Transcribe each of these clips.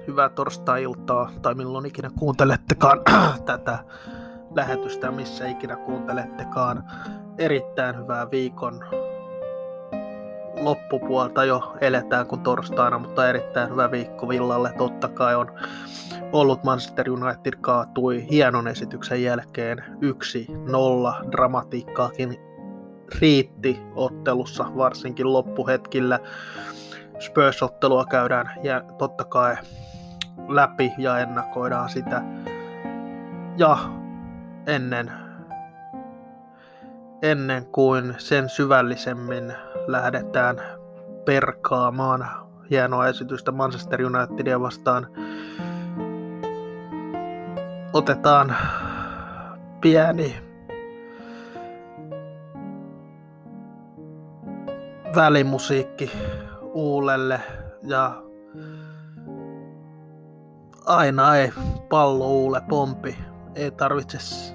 Hyvää torstai-iltaa, tai milloin ikinä kuuntelettekaan tätä lähetystä, missä ikinä kuuntelettekaan. Erittäin hyvää viikon loppupuolta jo eletään kuin torstaina, mutta erittäin hyvä viikko Villalle. Totta kai on ollut. Manchester United kaatui hienon esityksen jälkeen 1-0. Dramatiikkaakin riitti ottelussa, varsinkin loppuhetkillä. Spurs-ottelua käydään ja totta kai läpi ja ennakoidaan sitä. Ja ennen kuin sen syvällisemmin lähdetään perkaamaan hienoa esitystä Manchester Unitedia vastaan, otetaan pieni välimusiikki Uulelle, ja aina ei pallo Uule pompi, ei tarvitse.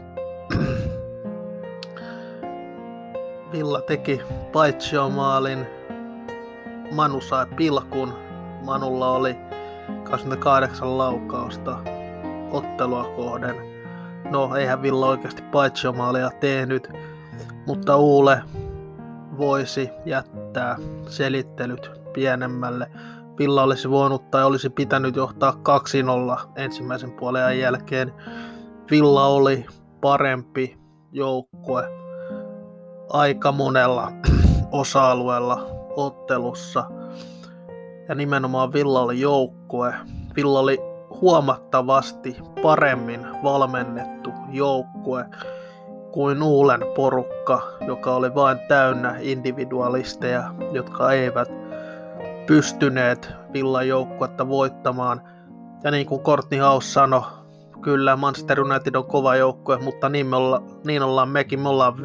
Villa teki paitsioomaalin, Manu sai pilkun, Manulla oli 28 laukausta ottelua kohden. No eihän Villa oikeasti paitsiomaalia tehnyt, mutta Uule voisi jättää selittelyt pienemmälle. Villa olisi voinut tai olisi pitänyt johtaa 2-0 ensimmäisen puolen jälkeen. Villa oli parempi joukkue aika monella osa-alueella ottelussa. Ja nimenomaan Villa oli joukkue. Villa oli huomattavasti paremmin valmennettu joukkue kuin Uulen porukka, joka oli vain täynnä individualisteja, jotka eivät pystyneet Villan joukkuetta voittamaan. Ja niin kuin Courtney House sanoi, kyllä Manchester United on kova joukkue, mutta niin ollaan mekin. Me ollaan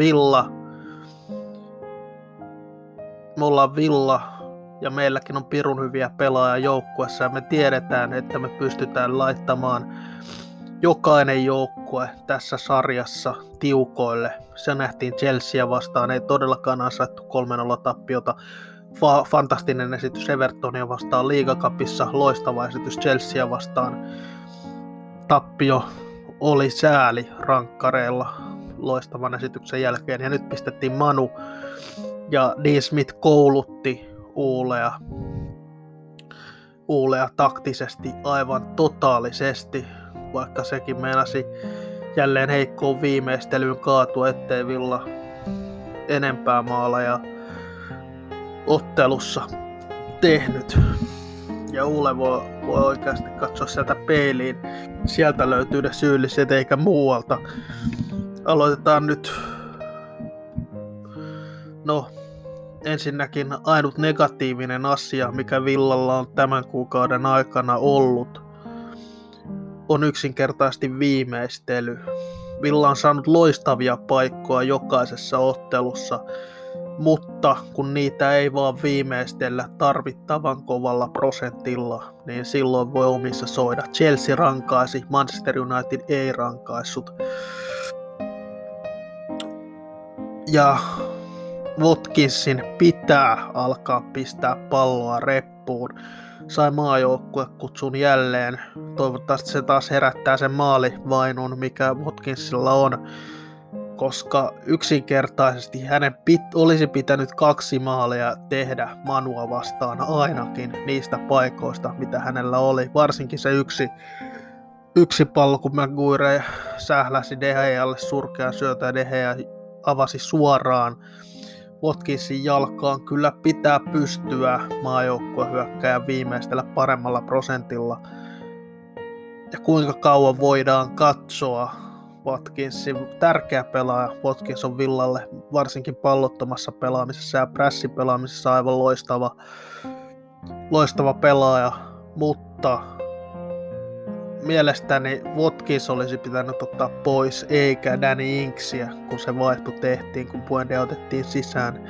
Villa ja meilläkin on pirun hyviä pelaajia joukkueessa, ja me tiedetään, että me pystytään laittamaan jokainen joukkue tässä sarjassa tiukoille. Se nähtiin Chelsea vastaan, ei todellakaan ansaittu 3-0 tappiota. Fantastinen esitys Evertonia vastaan Liigacupissa, loistava esitys Chelsea vastaan. Tappio oli sääli rankkareilla loistavan esityksen jälkeen, ja nyt pistettiin Manu, ja Dean Smith koulutti Uulea taktisesti aivan totaalisesti, vaikka sekin meinasi jälleen heikkoon viimeistelyyn kaatua, ettei Villa enempää maaleja ottelussa tehnyt. Ja Uule voi oikeasti katsoa sieltä peiliin. Sieltä löytyy ne syylliset eikä muualta. Aloitetaan nyt. No, ensinnäkin ainut negatiivinen asia, mikä Villalla on tämän kuukauden aikana ollut, on yksinkertaisesti viimeistely. Villa on saanut loistavia paikkoja jokaisessa ottelussa, mutta kun niitä ei vaan viimeistellä tarvittavan kovalla prosentilla, niin silloin voi omissa soida. Chelsea rankaisi, Manchester United ei rankaissut. Ja Watkinsin pitää alkaa pistää palloa reppuun. Sai maajoukkuekutsun jälleen. Toivottavasti se taas herättää sen maalivainun, mikä Watkinsilla on, koska yksinkertaisesti hänen olisi pitänyt 2 maalia tehdä Manua vastaan ainakin niistä paikoista, mitä hänellä oli. Varsinkin se yksi pallo, kun Maguire sähläsi De Gealle surkean syötä, ja De Gea avasi suoraan Watkinsin jalkaan. Kyllä pitää pystyä maajoukkuehyökkääjän viimeistellä paremmalla prosentilla. Ja kuinka kauan voidaan katsoa Watkinsin, tärkeä pelaaja. Watkins on Villalle varsinkin pallottomassa pelaamisessa ja prässipelaamisessa aivan loistava pelaaja, mutta mielestäni Watkins olisi pitänyt ottaa pois, eikä Danny Inksia, kun se vaihto tehtiin, kun Buendia otettiin sisään.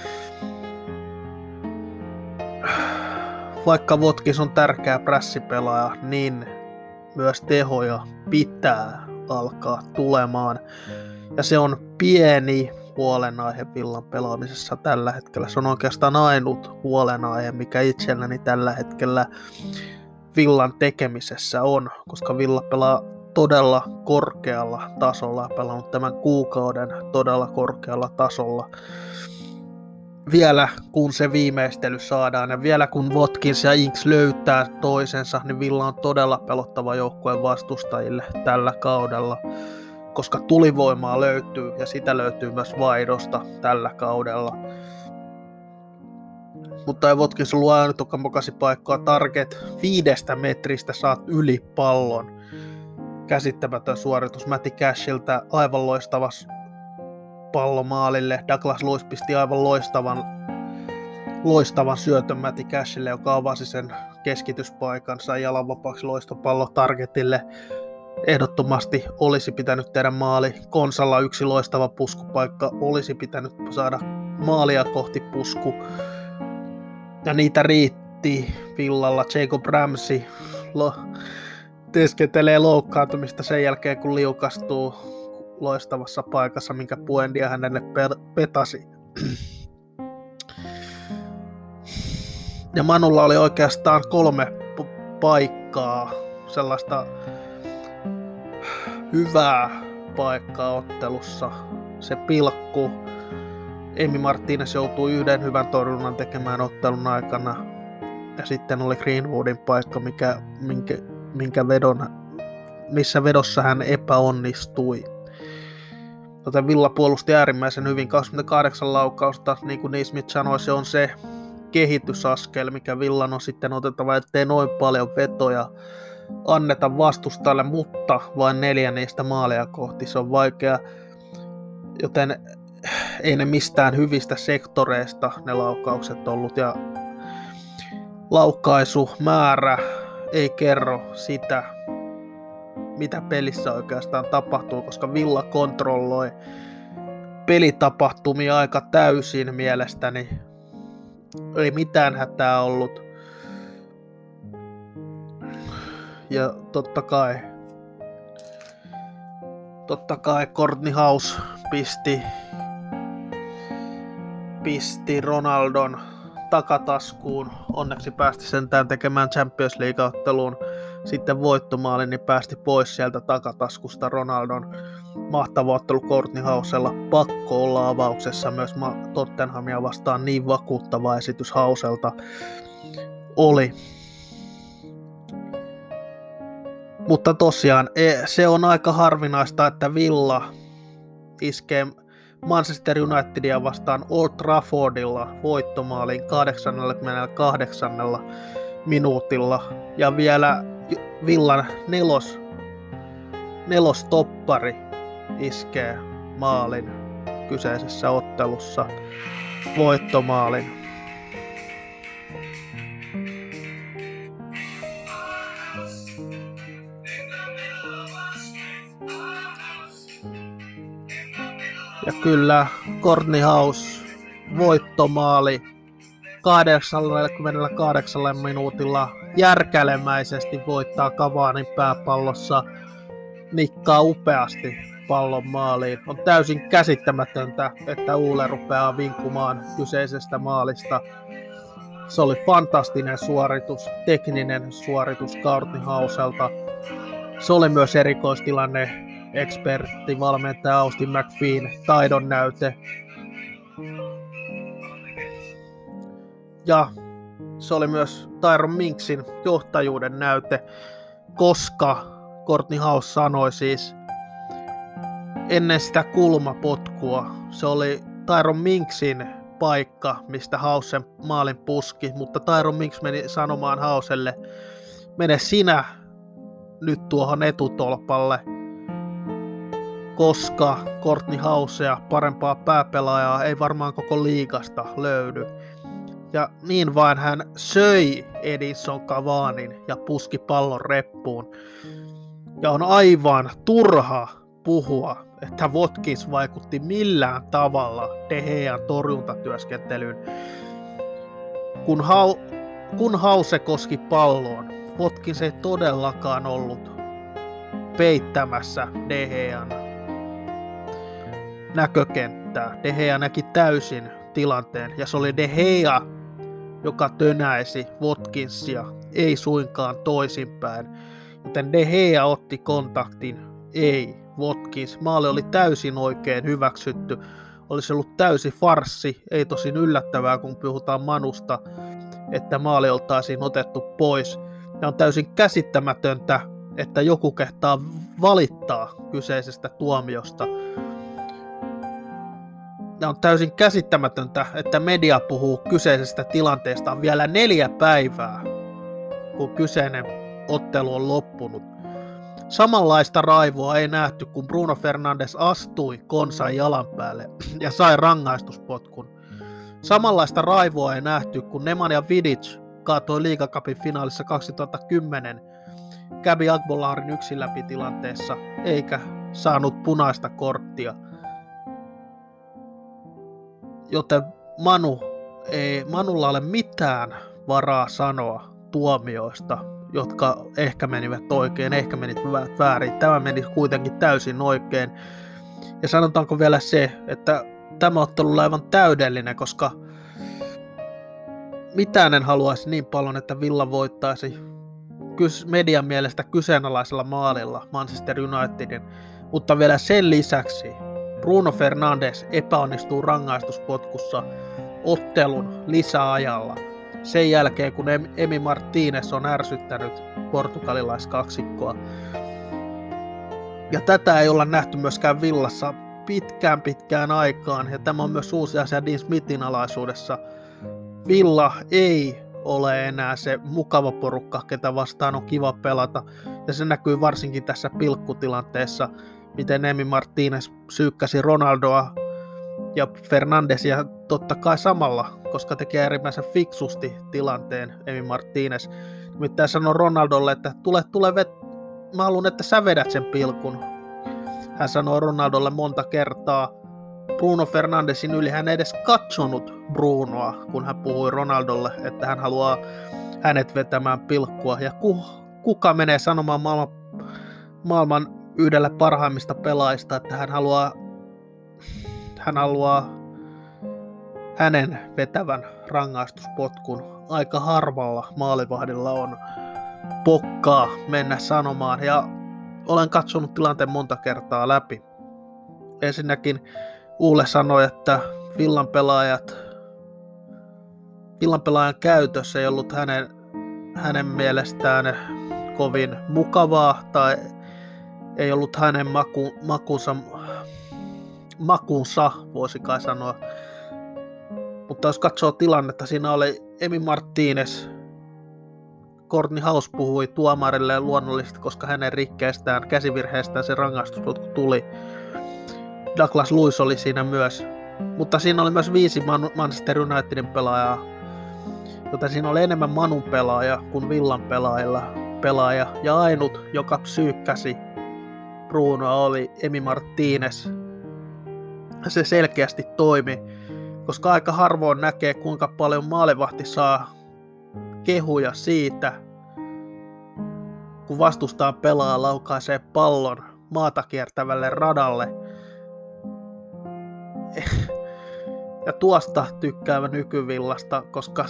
Vaikka Watkins on tärkeä prässipelaaja, niin myös tehoja pitää alkaa tulemaan. Ja se on pieni huolenaihe Villan pelaamisessa tällä hetkellä. Se on oikeastaan ainut huolenaihe, mikä itselläni tällä hetkellä Villan tekemisessä on, koska Villa pelaa todella korkealla tasolla, pelannut tämän kuukauden todella korkealla tasolla. Vielä kun se viimeistely saadaan ja vielä kun Watkins ja Ings löytää toisensa, niin Villa on todella pelottava joukkue vastustajille tällä kaudella, koska tulivoimaa löytyy ja sitä löytyy myös vaihdosta tällä kaudella. Mutta ei Watkins ollut ainut, joka mokasi paikkaa. Target 5 metristä saat yli pallon. Käsittämätön suoritus Matty Cashiltä, aivan loistava pallo maalille. Douglas Luiz pisti aivan loistavan syötön Matty Cashille, joka avasi sen keskityspaikan, sai jalan vapaaksi loistopallo targetille. Ehdottomasti olisi pitänyt tehdä maali. Konsalla yksi loistava puskupaikka, olisi pitänyt saada maalia kohti pusku. Ja niitä riitti Villalla. Jacob Ramsey teeskentelee loukkaantumista sen jälkeen, kun liukastuu loistavassa paikassa, minkä Buendia hänelle petasi. Ja Manulla oli oikeastaan 3 paikkaa, sellaista hyvää paikkaa ottelussa. Se pilkku. Emi Martinez joutui yhden hyvän torjunnan tekemään ottelun aikana. Ja sitten oli Greenwoodin paikka, missä vedossa hän epäonnistui. Joten Villa puolusti äärimmäisen hyvin, 28 laukausta, niin kuin Neesmith sanoi, se on se kehitysaskel, mikä Villan on sitten otettava, ettei noin paljon vetoja anneta vastustajalle, mutta vain 4 niistä maalia kohti, se on vaikea, joten ei ne mistään hyvistä sektoreista ne laukaukset ollut, ja laukaisumäärä ei kerro sitä, mitä pelissä oikeastaan tapahtuu, koska Villa kontrolloi pelitapahtumia aika täysin mielestäni. Ei mitään hätää ollut. Ja totta kai Courtney House pisti Ronaldon takataskuun. Onneksi päästi sentään tekemään Champions League-otteluun sitten voittomaalin, niin päästi pois sieltä takataskusta Ronaldon. Mahtava ottelu Courtney Housella. Pakko olla avauksessa myös Tottenhamia vastaan, niin vakuuttava esitys Houselta oli. Mutta tosiaan se on aika harvinaista, että Villa iskee Manchester Unitedia vastaan Old Traffordilla voittomaaliin 88. minuutilla. Ja vielä Villan nelostoppari iskee maalin kyseisessä ottelussa, voittomaalin. Ja kyllä Courtney House voittomaali 88 minuutilla järkälemäisesti voittaa Cavanin pääpallossa, nikkaa upeasti pallon maaliin. On täysin käsittämätöntä, että Uule rupeaa vinkumaan kyseisestä maalista. Se oli fantastinen suoritus, tekninen suoritus Courtney Houselta. Se oli myös erikoistilanne, ekspertti, valmentaja Austin McPheen taidon näyte. Ja se oli myös Tyrone Minksin johtajuuden näyte, koska Courtney House sanoi siis ennen sitä kulmapotkua, se oli Tyrone Minksin paikka, mistä House maalin puski, mutta Tyrone Minks meni sanomaan Houselle, mene sinä nyt tuohon etutolpalle, koska Courtney Housea parempaa pääpelaajaa ei varmaan koko liigasta löydy. Ja niin vain hän söi Edinson Cavanin ja puski pallon reppuun. Ja on aivan turha puhua, että Watkins vaikutti millään tavalla De Gean torjuntatyöskentelyyn. Kun House koski palloon, Watkins ei todellakaan ollut peittämässä De Gean näkökenttää. De Gea näki täysin tilanteen, ja se oli De Gea, joka tönäisi Watkinsia ei suinkaan toisinpäin. Joten De Gea otti kontaktin, ei Watkins. Maali oli täysin oikein hyväksytty. Olisi ollut täysi farssi, ei tosin yllättävää, kun puhutaan Manusta, että maali oltaisiin otettu pois. Ja on täysin käsittämätöntä, että joku kehtaa valittaa kyseisestä tuomiosta. Ja on täysin käsittämätöntä, että media puhuu kyseisestä tilanteesta vielä 4 päivää, kun kyseinen ottelu on loppunut. Samanlaista raivoa ei nähty, kun Bruno Fernandes astui Konsan jalan päälle ja sai rangaistuspotkun. Samanlaista raivoa ei nähty, kun Nemanja Vidic kaatoi Liigacupin finaalissa 2010 Gabi Agbolarin yksin läpi tilanteessa, eikä saanut punaista korttia. Joten Manulla ole mitään varaa sanoa tuomioista, jotka ehkä menivät oikein, ehkä menivät väärin. Tämä meni kuitenkin täysin oikein. Ja sanotaanko vielä se, että tämä ottelu oli aivan täydellinen, koska mitään en haluaisi niin paljon, että Villa voittaisi median mielestä kyseenalaisella maalilla Manchester Unitedin, mutta vielä sen lisäksi Bruno Fernandes epäonnistuu rangaistuspotkussa ottelun lisäajalla. Sen jälkeen, kun Emi Martínez on ärsyttänyt portugalilaiskaksikkoa. Ja tätä ei olla nähty myöskään Villassa pitkään aikaan, ja tämä on myös uusi asia Dean Smithin alaisuudessa. Villa ei ole enää se mukava porukka, ketä vastaan on kiva pelata, ja se näkyy varsinkin tässä pilkkutilanteessa, miten Emi Martínez syykkäsi Ronaldoa ja Fernandesia totta kai samalla, koska teki äärimmäisen fiksusti tilanteen Emi Martínez. Nimittäin sanoi Ronaldolle, että mä haluan, että sä vedät sen pilkun. Hän sanoi Ronaldolle monta kertaa. Bruno Fernandesin yli hän ei edes katsonut Brunoa, kun hän puhui Ronaldolle, että hän haluaa hänet vetämään pilkkua. Ja kuka menee sanomaan maailman yhdellä parhaimmista pelaajista, että hän haluaa hänen vetävän rangaistuspotkun. Aika harvalla maalivahdilla on pokkaa mennä sanomaan, ja olen katsonut tilanteen monta kertaa läpi. Ensinnäkin Ulle sanoi, että Villan pelaajan käytös ei ollut hänen mielestään kovin mukavaa tai ei ollut hänen makuunsa, voisi kai sanoa. Mutta jos katsoo tilannetta, siinä oli Emi Martínez. Courtney House puhui tuomarille luonnollisesti, koska hänen rikkeestään, käsivirheestään se rangaistuspotku tuli. Douglas Luiz oli siinä myös. Mutta siinä oli myös 5 Manchester Unitedin pelaajaa, joten siinä oli enemmän Manun pelaaja kuin Villan pelaaja. Ja ainut, joka psyykkäsi Brunoa, oli Emi Martínez. Se selkeästi toimi, koska aika harvoin näkee, kuinka paljon maalivahti saa kehuja siitä, kun vastustaan pelaaja laukaisee pallon maata kiertävälle radalle. Ja tuosta tykkäävä nykyvillasta, koska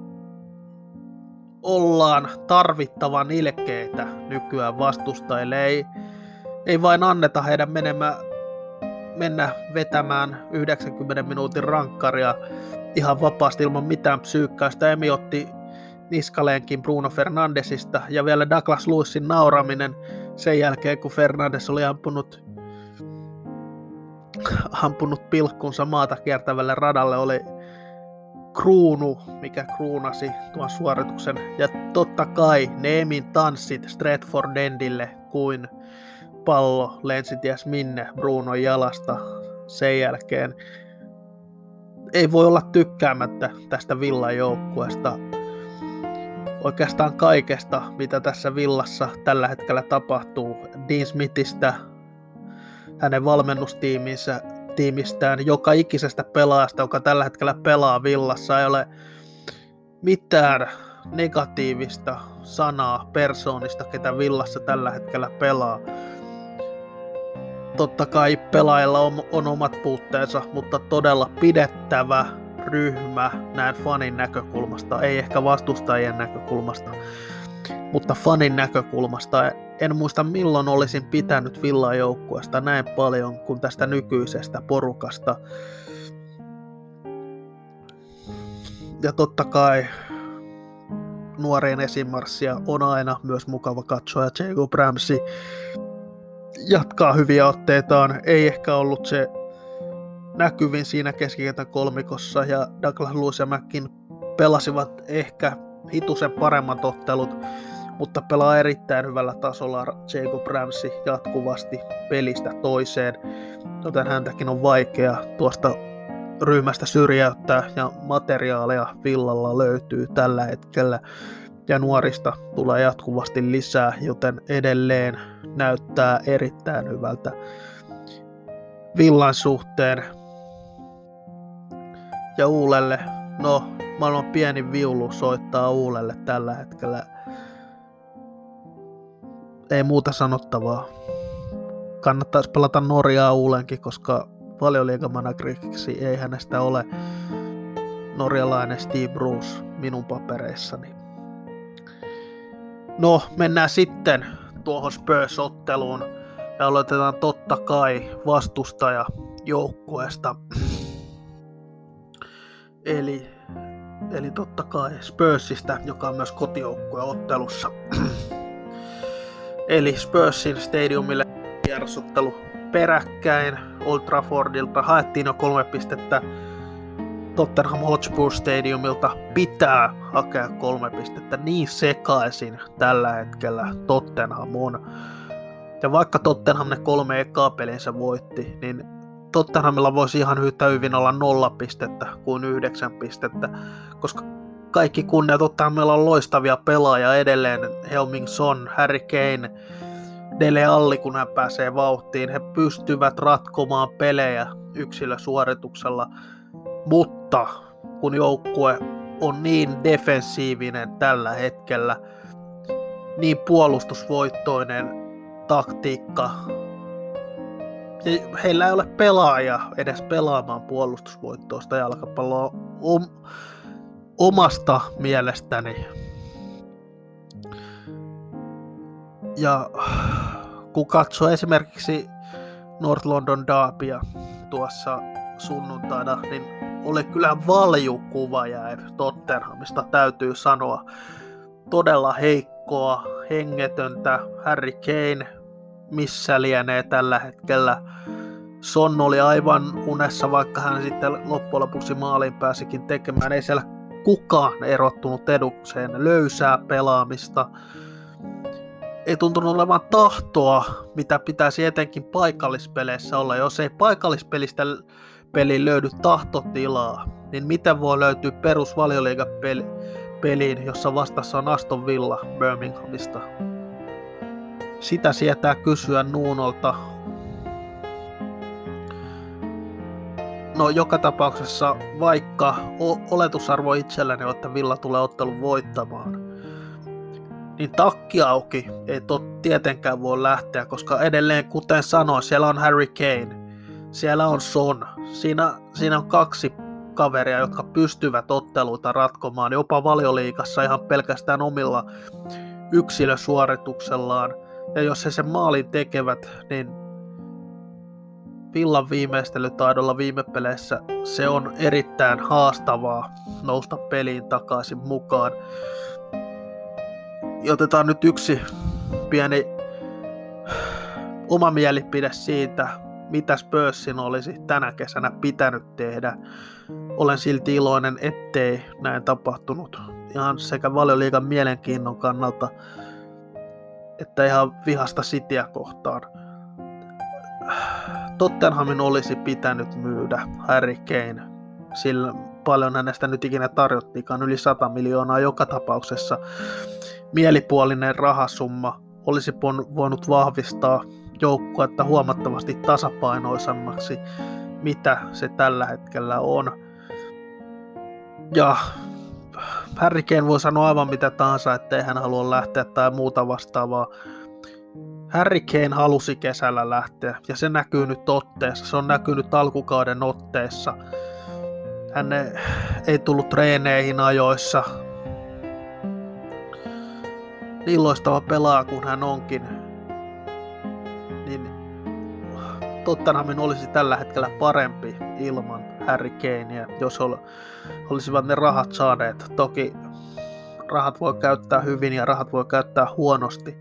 ollaan tarvittavan ilkeitä nykyään vastustajille. Ei vain anneta heidän mennä vetämään 90 minuutin rankkaria ihan vapaasti ilman mitään psyykkäistä. Emi otti niskaleenkin Bruno Fernandesista, ja vielä Douglas Luizin nauraminen sen jälkeen, kun Fernandes oli ampunut pilkkunsa maata kiertävälle radalle, oli kruunu, mikä kruunasi tuon suorituksen. Ja totta kai ne Emin tanssit Stretford Endille, kuin pallo lensi ties minne Brunon jalasta sen jälkeen. Ei voi olla tykkäämättä tästä Villan joukkueesta. Oikeastaan kaikesta, mitä tässä Villassa tällä hetkellä tapahtuu. Dean Smithistä, hänen valmennustiimistään, joka ikisestä pelaajasta, joka tällä hetkellä pelaa Villassa, ei ole mitään negatiivista sanaa persoonista, ketä Villassa tällä hetkellä pelaa. Totta kai pelaajilla on omat puutteensa, mutta todella pidettävä ryhmä näin fanin näkökulmasta, ei ehkä vastustajien näkökulmasta, mutta fanin näkökulmasta. En muista milloin olisin pitänyt Villan joukkueesta näin paljon kuin tästä nykyisestä porukasta. Ja totta kai nuorien esimarssia on aina myös mukava katsoa, ja Jacob Ramsey jatkaa hyviä otteitaan. Ei ehkä ollut se näkyvin siinä keskikentän kolmikossa, ja Douglas Lewis ja McKinn pelasivat ehkä hitusen paremmat ottelut, mutta pelaa erittäin hyvällä tasolla Jacob Ramsey jatkuvasti pelistä toiseen, joten häntäkin on vaikea tuosta ryhmästä syrjäyttää, ja materiaalia Villalla löytyy tällä hetkellä, ja nuorista tulee jatkuvasti lisää, joten edelleen näyttää erittäin hyvältä Villan suhteen. Ja Uulelle, no maailman pieni viulu soittaa Uulelle tällä hetkellä. Ei muuta sanottavaa. Kannattaisi pelata Norjaa Uulenkin, koska Valioliigamanageriksi ei hänestä ole norjalainen Steve Bruce minun papereissani. No, mennään sitten tuohon Spurs-otteluun ja aloitetaan totta kai vastustajajoukkueesta. Eli totta kai Spursista, joka on myös kotijoukkue ottelussa. Eli Spursin stadiumille vierosottelu peräkkäin Old Traffordilta. Haettiin jo 3 pistettä. Tottenham Hotspur Stadiumilta pitää hakea 3 pistettä. Niin sekaisin tällä hetkellä Tottenham on. Ja vaikka Tottenham ne 3 ekaa pelinsä voitti, niin Tottenhamilla voisi ihan yhtä hyvin olla 0 pistettä kuin 9 pistettä, koska kaikki kunnia Tottenhamilla on loistavia pelaajia edelleen. Heung-min Son, Harry Kane, Dele Alli, kun hän pääsee vauhtiin. He pystyvät ratkomaan pelejä yksilösuorituksella, mutta kun joukkue on niin defensiivinen tällä hetkellä, niin puolustusvoittoinen taktiikka, heillä ei ole pelaajia edes pelaamaan puolustusvoittoista jalkapalloa omasta mielestäni. Ja kun katsoo esimerkiksi North London Derbya tuossa sunnuntaina, niin oli kyllä valjukuva jäi Tottenhamista, täytyy sanoa. Todella heikkoa, hengetöntä. Harry Kane missä lienee tällä hetkellä. Son oli aivan unessa, vaikka hän sitten loppujen lopuksi maaliin pääsikin tekemään. Ei siellä kukaan erottunut edukseen. Löysää pelaamista. Ei tuntunut olevan tahtoa, mitä pitäisi etenkin paikallispeleissä olla. Jos ei paikallispelistä peliin löydy tahtotilaa, niin miten voi löytyä perusvalioliigapeliin, jossa vastassa on Aston Villa Birminghamista? Sitä sietää kysyä Nuunolta. No joka tapauksessa, vaikka oletusarvo itselläni on, että Villa tulee ottelun voittamaan, niin takki auki ei tietenkään voi lähteä, koska edelleen kuten sanoin, siellä on Harry Kane, siellä on Son, siinä on 2 kaveria, jotka pystyvät otteluita ratkomaan jopa Valioliigassa ihan pelkästään omilla yksilösuorituksellaan. Ja jos he sen maalin tekevät, niin Villan viimeistelytaidolla viime peleissä se on erittäin haastavaa nousta peliin takaisin mukaan. Ja otetaan nyt yksi pieni oma mielipide siitä, mitä Spursin olisi tänä kesänä pitänyt tehdä. Olen silti iloinen, ettei näin tapahtunut. Ihan sekä Valioliigan mielenkiinnon kannalta, että ihan vihasta Cityä kohtaan. Tottenhamin olisi pitänyt myydä Harry Kane, sillä paljon hänestä nyt ikinä tarjottiinkaan, yli 100 miljoonaa joka tapauksessa. Mielipuolinen rahasumma olisi voinut vahvistaa joukkuetta huomattavasti tasapainoisemmaksi, mitä se tällä hetkellä on. Ja Harry Kane voi sanoa aivan mitä tahansa, ettei hän halua lähteä tai muuta vastaavaa. Harry Kane halusi kesällä lähteä ja se näkyy nyt otteessa. Se on näkynyt alkukauden otteessa. Hän ei tullut treeneihin ajoissa. Niin loistava pelaaja kuin hän onkin, niin Tottenhamin olisi tällä hetkellä parempi ilman Harry Kanea, jos olisivat ne rahat saaneet. Toki rahat voi käyttää hyvin ja rahat voi käyttää huonosti.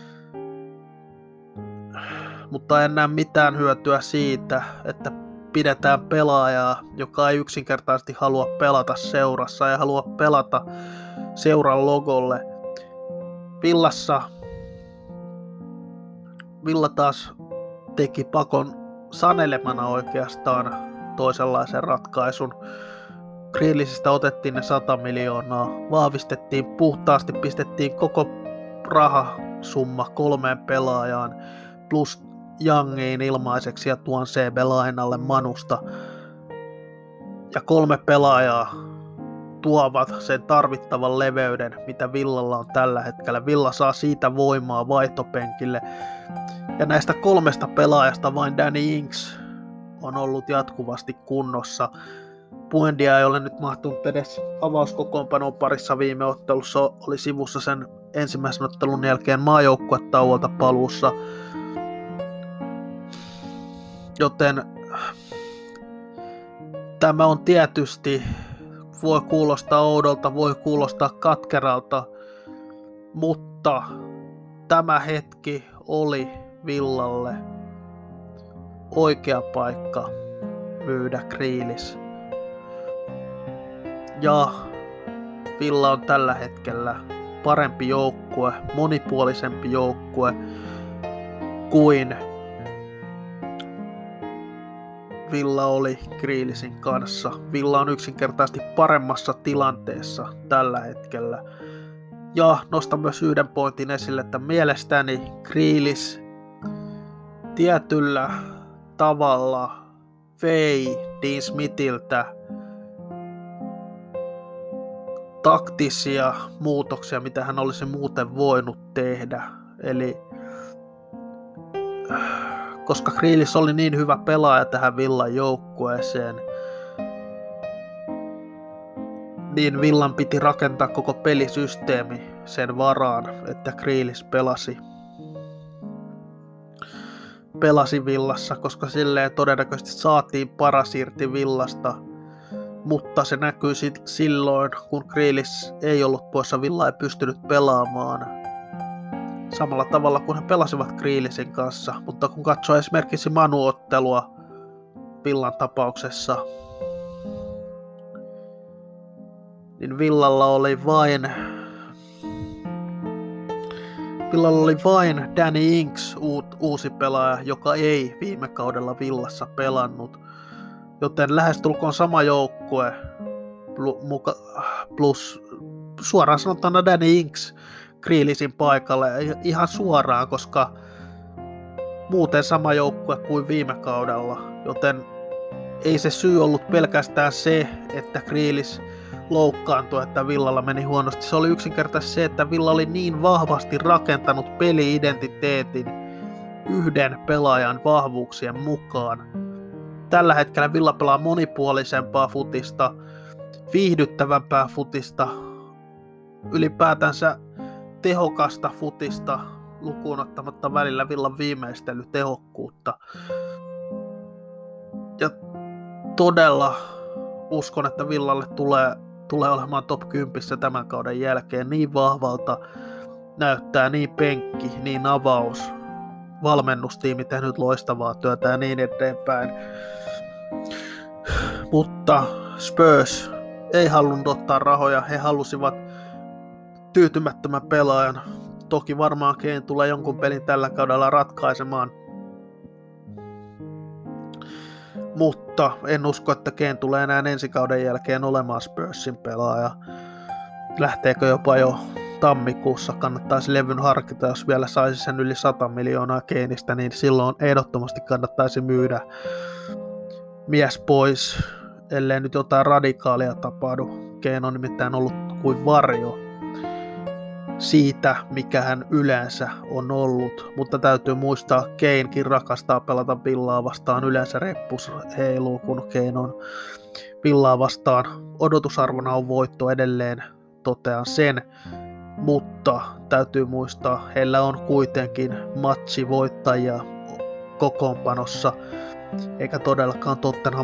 Mutta en näe mitään hyötyä siitä, että pidetään pelaajaa, joka ei yksinkertaisesti halua pelata seurassa ja halua pelata seuran logolle. Villa taas teki pakon sanelemana oikeastaan toisenlaisen ratkaisun. Grealishista otettiin ne 100 miljoonaa, vahvistettiin puhtaasti, pistettiin koko rahasumma 3 pelaajaan plus Youngiin ilmaiseksi ja tuon CB-lainalle Manusta. Ja 3 pelaajaa tuovat sen tarvittavan leveyden, mitä Villalla on tällä hetkellä. Villa saa siitä voimaa vaihtopenkille. Ja näistä 3 pelaajasta vain Danny Ings on ollut jatkuvasti kunnossa. Buendia ei ole nyt mahtunut edes avauskokoonpanon parissa viime ottelussa. Oli sivussa sen ensimmäisen ottelun jälkeen maajoukkuetauolta paluussa. Joten tämä on tietysti, voi kuulostaa oudolta, voi kuulostaa katkeralta, mutta tämä hetki oli Villalle oikea paikka myydä Grealish. Ja Villa on tällä hetkellä parempi joukkue, monipuolisempi joukkue kuin Villa oli Grealishin kanssa. Villa on yksinkertaisesti paremmassa tilanteessa tällä hetkellä. Ja nostan myös yhden pointin esille, että mielestäni Grealish tietyllä tavalla vei Dean Smithiltä taktisia muutoksia, mitä hän olisi muuten voinut tehdä. Eli koska Grealish oli niin hyvä pelaaja tähän Villan joukkueeseen, niin Villan piti rakentaa koko pelisysteemi sen varaan, että Grealish pelasi Villassa, koska silleen todennäköisesti saatiin paras irti Villasta, mutta se näkyi silloin, kun Grealish ei ollut poissa, Villa ei pystynyt pelaamaan samalla tavalla kuin he pelasivat Grealishin kanssa, mutta kun katsoo esimerkiksi Manu-ottelua Villan tapauksessa, niin Villalla oli vain Danny Ings, uusi pelaaja, joka ei viime kaudella Villassa pelannut, joten lähestulkoon sama joukkue plus suoraan sanottuna Danny Ings Grealishin paikalle ihan suoraan, koska muuten sama joukkue kuin viime kaudella, joten ei se syy ollut pelkästään se, että Grealish loukkaantui, että Villalla meni huonosti. Se oli yksinkertaisesti se, että Villa oli niin vahvasti rakentanut peli-identiteetin yhden pelaajan vahvuuksien mukaan. Tällä hetkellä Villa pelaa monipuolisempaa futista, viihdyttävämpää futista, ylipäätänsä tehokasta futista, lukuun ottamatta välillä Villan viimeistelytehokkuutta. Ja todella uskon, että Villalle tulee olemaan top 10 tämän kauden jälkeen. Niin vahvalta näyttää niin penkki, niin avaus, valmennustiimi tehnyt loistavaa työtä ja niin eteenpäin. Mutta Spurs ei halunnut ottaa rahoja, he halusivat tyytymättömän pelaajan. Toki varmaan Kane tulee jonkun pelin tällä kaudella ratkaisemaan, mutta en usko, että Kane tulee enää ensi kauden jälkeen olemaan Spursin pelaaja. Lähteekö jopa jo tammikuussa, kannattaisi levyn harkita, jos vielä saisi sen yli 100 miljoonaa Kaneista, niin silloin ehdottomasti kannattaisi myydä mies pois, ellei nyt jotain radikaalia tapahdu. Kane on nimittäin ollut kuin varjo siitä, mikä hän yleensä on ollut, mutta täytyy muistaa, Kanekin rakastaa pelata Villaa vastaan, yleensä reppus heiluu, kun Kane on Villaa vastaan. Odotusarvona on voitto edelleen, totean sen, mutta täytyy muistaa, heillä on kuitenkin matsivoittajia kokoonpanossa, eikä todellakaan Tottenham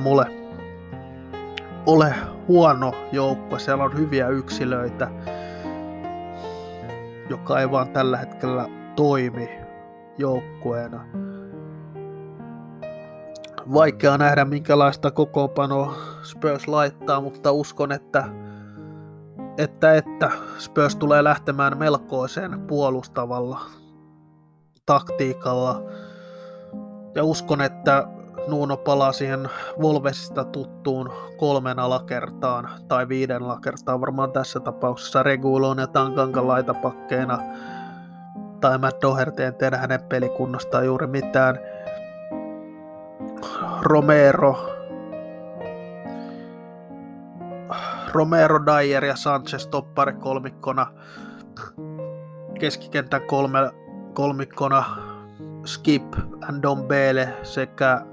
ole huono joukkue, siellä on hyviä yksilöitä, joka ei vaan tällä hetkellä toimi joukkueena. Vaikea nähdä, minkälaista kokoonpanoa Spurs laittaa, mutta uskon, että Spurs tulee lähtemään melkoisen puolustavalla taktiikalla. Ja uskon, että Nuno palaa siihen Wolvesista tuttuun 3 alakertaan tai 5 alakertaan, varmaan tässä tapauksessa Reguilon ja Tangangan laitapakkeina, tai Matt Doherty, en tiedä hänen pelikunnostaan juuri mitään. Romero, Dyer ja Sanchez topparikolmikkona, keskikentän kolmikkona Skip, Ndombele sekä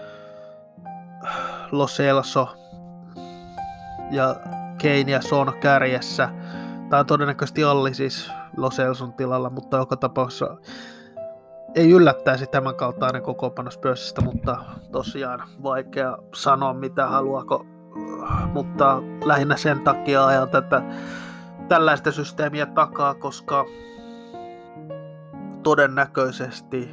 Lo Celso ja Kane ja Son kärjessä. Tämä on todennäköisesti Alli siis Lo Celson tilalla, mutta joka tapauksessa ei yllättäisi tämän kaltainen kokoonpano Spursista, mutta tosiaan vaikea sanoa mitä haluaako, mutta lähinnä sen takia ajan tällaista systeemiä takaa, koska todennäköisesti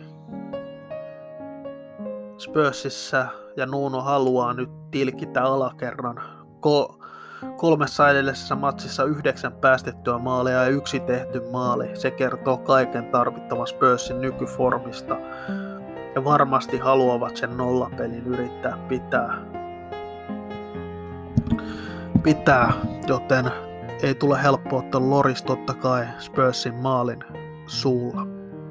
Spursissa ja Nuno haluaa nyt tilkitä alakerran. 3 edellisessä matsissa 9 päästettyä maalia ja 1 tehty maali. Se kertoo kaiken tarvittavan Spursin nykyformista. Ja varmasti haluavat sen nollapelin yrittää pitää, joten ei tule helppo ottaa Loris totta kai Spursin maalin suulla.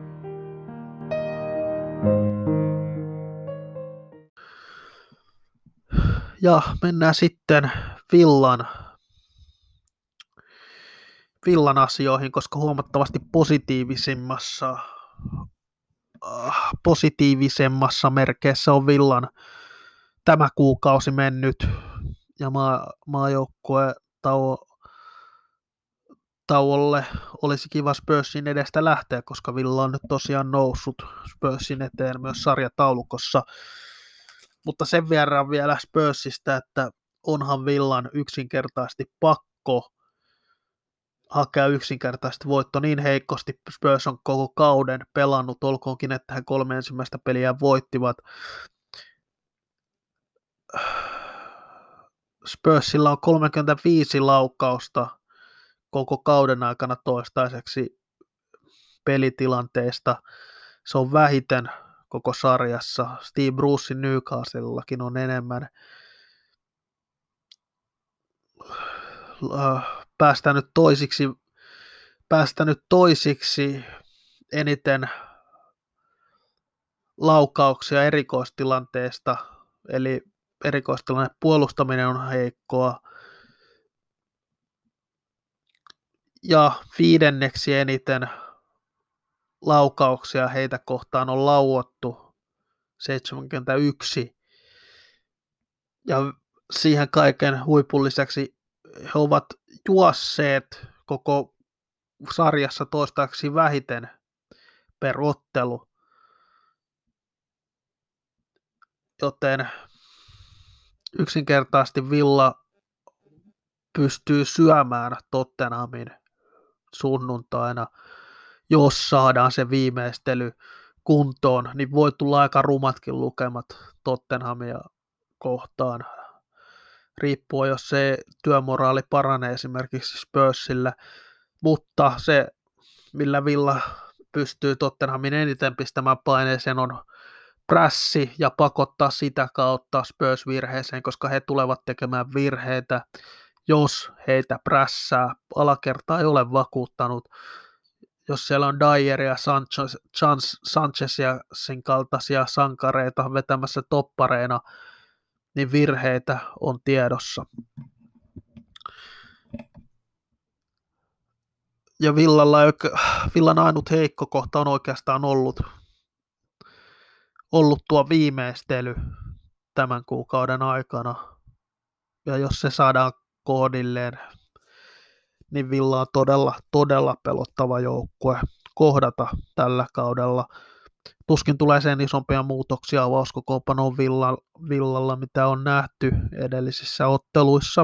Ja mennään sitten Villan asioihin, koska huomattavasti positiivisemmassa merkeissä on Villan tämä kuukausi mennyt, ja maajoukkue tauolle olisi kiva Spursin edestä lähteä, koska Villa on nyt tosiaan noussut Spursin eteen myös sarjataulukossa. Mutta sen verran vielä Spursista, että onhan Villan yksinkertaisesti pakko hakea yksinkertaisesti voitto, niin heikosti Spurs on koko kauden pelannut, olkoonkin, että he 3 ensimmäistä peliä voittivat. Spursilla on 35 laukausta koko kauden aikana toistaiseksi pelitilanteista. Se on vähiten koko sarjassa. Steve Brucein Newcastlellakin on enemmän. Päästänyt toisiksi eniten laukauksia erikoistilanteesta, eli erikoistilanne puolustaminen on heikkoa. Ja 5. eniten laukauksia heitä kohtaan on lauottu 71. Ja siihen kaiken huipun lisäksi he ovat juosseet koko sarjassa toistaiseksi vähiten per ottelu. Joten yksinkertaisesti Villa pystyy syömään Tottenhamin sunnuntaina, jos saadaan se viimeistely kuntoon, niin voi tulla aika rumatkin lukemat Tottenhamia kohtaan. Riippuu, jos se työmoraali paranee esimerkiksi Spursillä, mutta se, millä Villa pystyy Tottenhamin eniten pistämään paineeseen, on prässi ja pakottaa sitä kautta Spurs virheeseen, koska he tulevat tekemään virheitä, jos heitä prässää. Alakerta ei ole vakuuttanut. Jos siellä on Dyer ja Sanchez ja sen kaltaisia sankareita vetämässä toppareina, niin virheitä on tiedossa. Ja Villan ainut heikko kohta on oikeastaan ollut tuo viimeistely tämän kuukauden aikana. Ja jos se saadaan kohdilleen, niin Villa on todella, todella pelottava joukkue kohdata tällä kaudella. Tuskin tulee sen isompia muutoksia avauskokoonpanoon Villalla, mitä on nähty edellisissä otteluissa.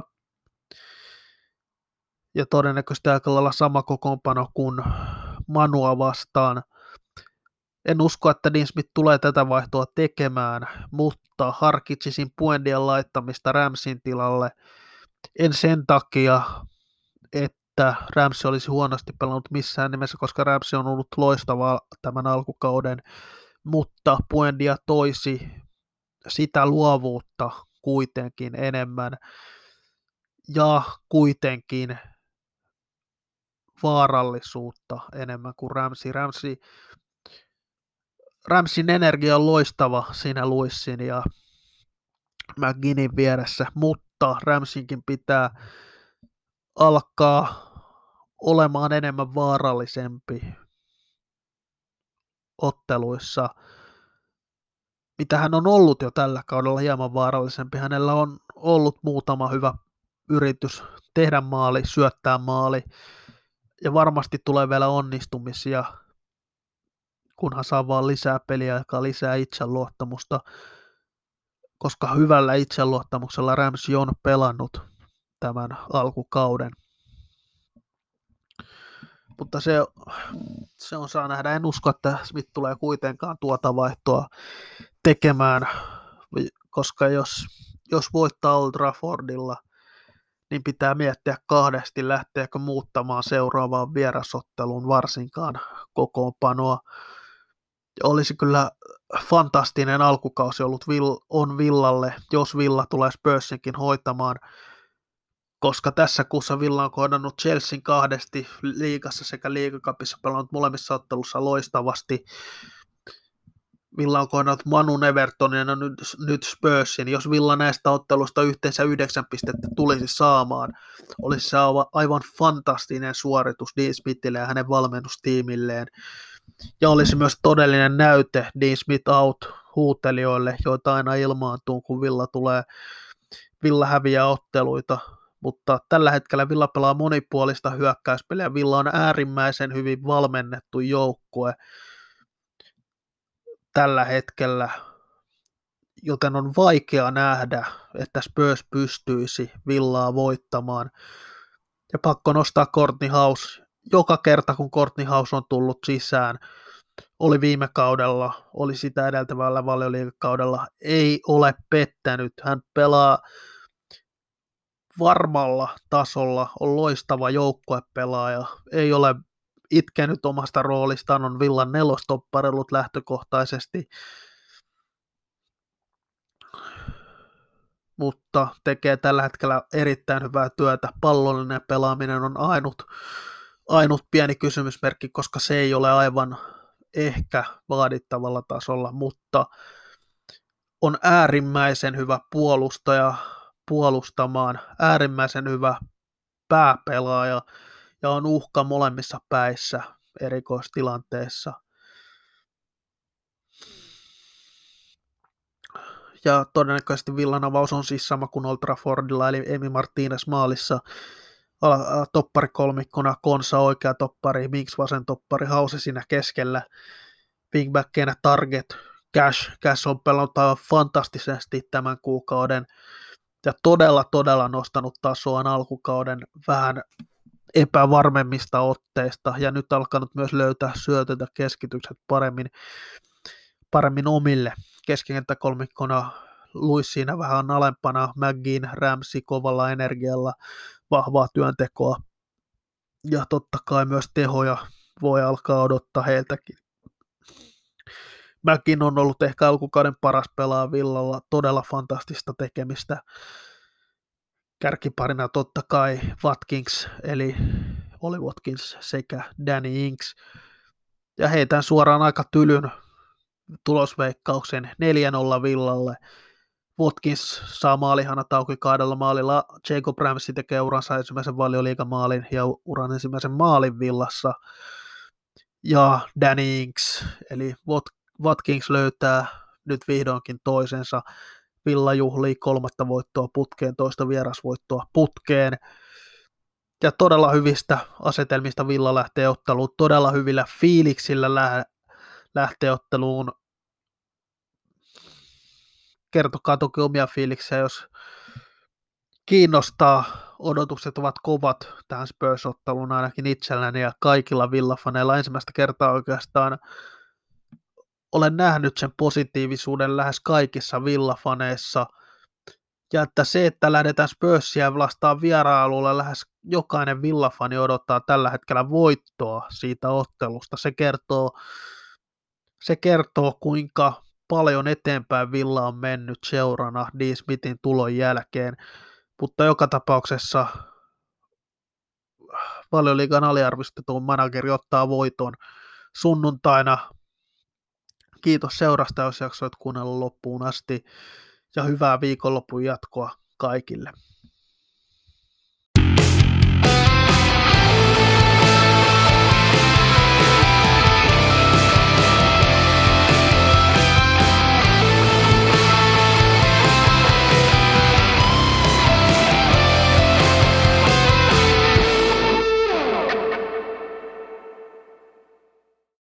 Ja todennäköisesti aika lailla sama kokoonpano kuin Manua vastaan. En usko, että Dean Smith tulee tätä vaihtoa tekemään, mutta harkitsisin Buendian laittamista Ramsin tilalle. En sen takia, että Ramsey olisi huonosti pelannut missään nimessä, koska Ramsey on ollut loistava tämän alkukauden, mutta Buendia toisi sitä luovuutta kuitenkin enemmän ja kuitenkin vaarallisuutta enemmän kuin Ramsey. Ramsin energia on loistava siinä Lewisin ja McGinnin vieressä, mutta Ramsinkin pitää alkaa olemaan enemmän vaarallisempi otteluissa, mitä hän on ollut jo tällä kaudella hieman vaarallisempi. Hänellä on ollut muutama hyvä yritys tehdä maali, syöttää maali, ja varmasti tulee vielä onnistumisia, kunhan saa vaan lisää peliä, joka lisää itseluottamusta, koska hyvällä itseluottamuksella Ramsey on pelannut tämän alkukauden. Mutta se on saa nähdä. En usko, että Smith tulee kuitenkaan tuota vaihtoa tekemään, koska jos voittaa Old Traffordilla, niin pitää miettiä kahdesti, lähteekö muuttamaan seuraavaan vierasotteluun varsinkaan kokoonpanoa. Olisi kyllä fantastinen alkukausi on Villalle, jos Villa tulee Spursinkin hoitamaan, koska tässä kuussa Villa on kohdannut Chelsean kahdesti liigassa sekä liigacupissa, pelannut molemmissa ottelussa loistavasti. Villa on kohdannut Manun, Evertonin ja nyt Spursin. Jos Villa näistä otteluista yhteensä 9 pistettä tulisi saamaan, olisi se aivan fantastinen suoritus Dean Smithille ja hänen valmennustiimilleen. Ja olisi myös todellinen näyte Dean Smith out -huutelijoille, joita aina ilmaantuu, kun Villa häviää otteluita. Mutta tällä hetkellä Villa pelaa monipuolista hyökkäyspeliä. Villa on äärimmäisen hyvin valmennettu joukkue tällä hetkellä, joten on vaikea nähdä, että Spurs pystyisi Villaa voittamaan. Ja pakko nostaa Courtney House. Joka kerta, kun Courtney House on tullut sisään, oli viime kaudella, oli sitä edeltävällä Valioliigakaudella, ei ole pettänyt. Hän pelaa varmalla tasolla, on loistava joukkuepelaaja, ei ole itkenyt omasta roolistaan, on Villan nelostoppari ollut lähtökohtaisesti, mutta tekee tällä hetkellä erittäin hyvää työtä. Pallollinen pelaaminen on ainut pieni kysymysmerkki, koska se ei ole aivan ehkä vaadittavalla tasolla, mutta on äärimmäisen hyvä puolustaja puolustamaan, äärimmäisen hyvä pääpelaaja ja on uhka molemmissa päissä erikoistilanteessa. Ja todennäköisesti Villan avaus on siis sama kuin Old Traffordilla, eli Emi Martinez maalissa, topparikolmikkona Konsa oikea toppari, Minks vasen toppari, Hause siinä keskellä, wingbackkeinä Target, Cash on pelannut aivan fantastisesti tämän kuukauden ja todella nostanut tasoaan alkukauden vähän epävarmemmista otteista ja nyt alkanut myös löytää syötöt ja keskitykset paremmin omille. Keskikenttäkolmikkona Lewis siinä vähän alempana, McGinn, Ramsey kovalla energialla, vahvaa työntekoa ja totta kai myös tehoja voi alkaa odottaa heiltäkin. McGinn on ollut ehkä alkukauden paras pelaaja Villalla, todella fantastista tekemistä. Kärkiparina totta kai Watkins, eli Oli Watkins sekä Danny Ings. Ja heitän suoraan aika tylyn tulosveikkauksen 4-0 Villalle. Watkins saa maalihanat auki 2 maalilla. Jacob Ramsey tekee uransa ensimmäisen Valioliigamaalin ja uran ensimmäisen maalin Villassa. Ja Danny Ings, eli Watkins löytää nyt vihdoinkin toisensa. Villa juhlii 3. voittoa putkeen, toista vierasvoittoa putkeen. Ja todella hyvistä asetelmista Villa lähtee otteluun, todella hyvillä fiiliksillä lähtee otteluun. Kertokaa toki omia fiiliksiä, jos kiinnostaa. Odotukset ovat kovat tähän Spurs-otteluun ainakin itselläni ja kaikilla Villa-faneilla. Ensimmäistä kertaa oikeastaan olen nähnyt sen positiivisuuden lähes kaikissa Villa-faneissa. Ja että se, että lähdetään Spursia vastaan vierailulla, lähes jokainen Villa-fani odottaa tällä hetkellä voittoa siitä ottelusta. Se kertoo kuinka paljon eteenpäin Villa on mennyt seurana Dean Smithin tulon jälkeen. Mutta joka tapauksessa Valioliigan aliarvostetun manageri ottaa voiton sunnuntaina. Kiitos seurasta, jos jaksoit kuunnella loppuun asti. Ja hyvää viikonlopun jatkoa kaikille.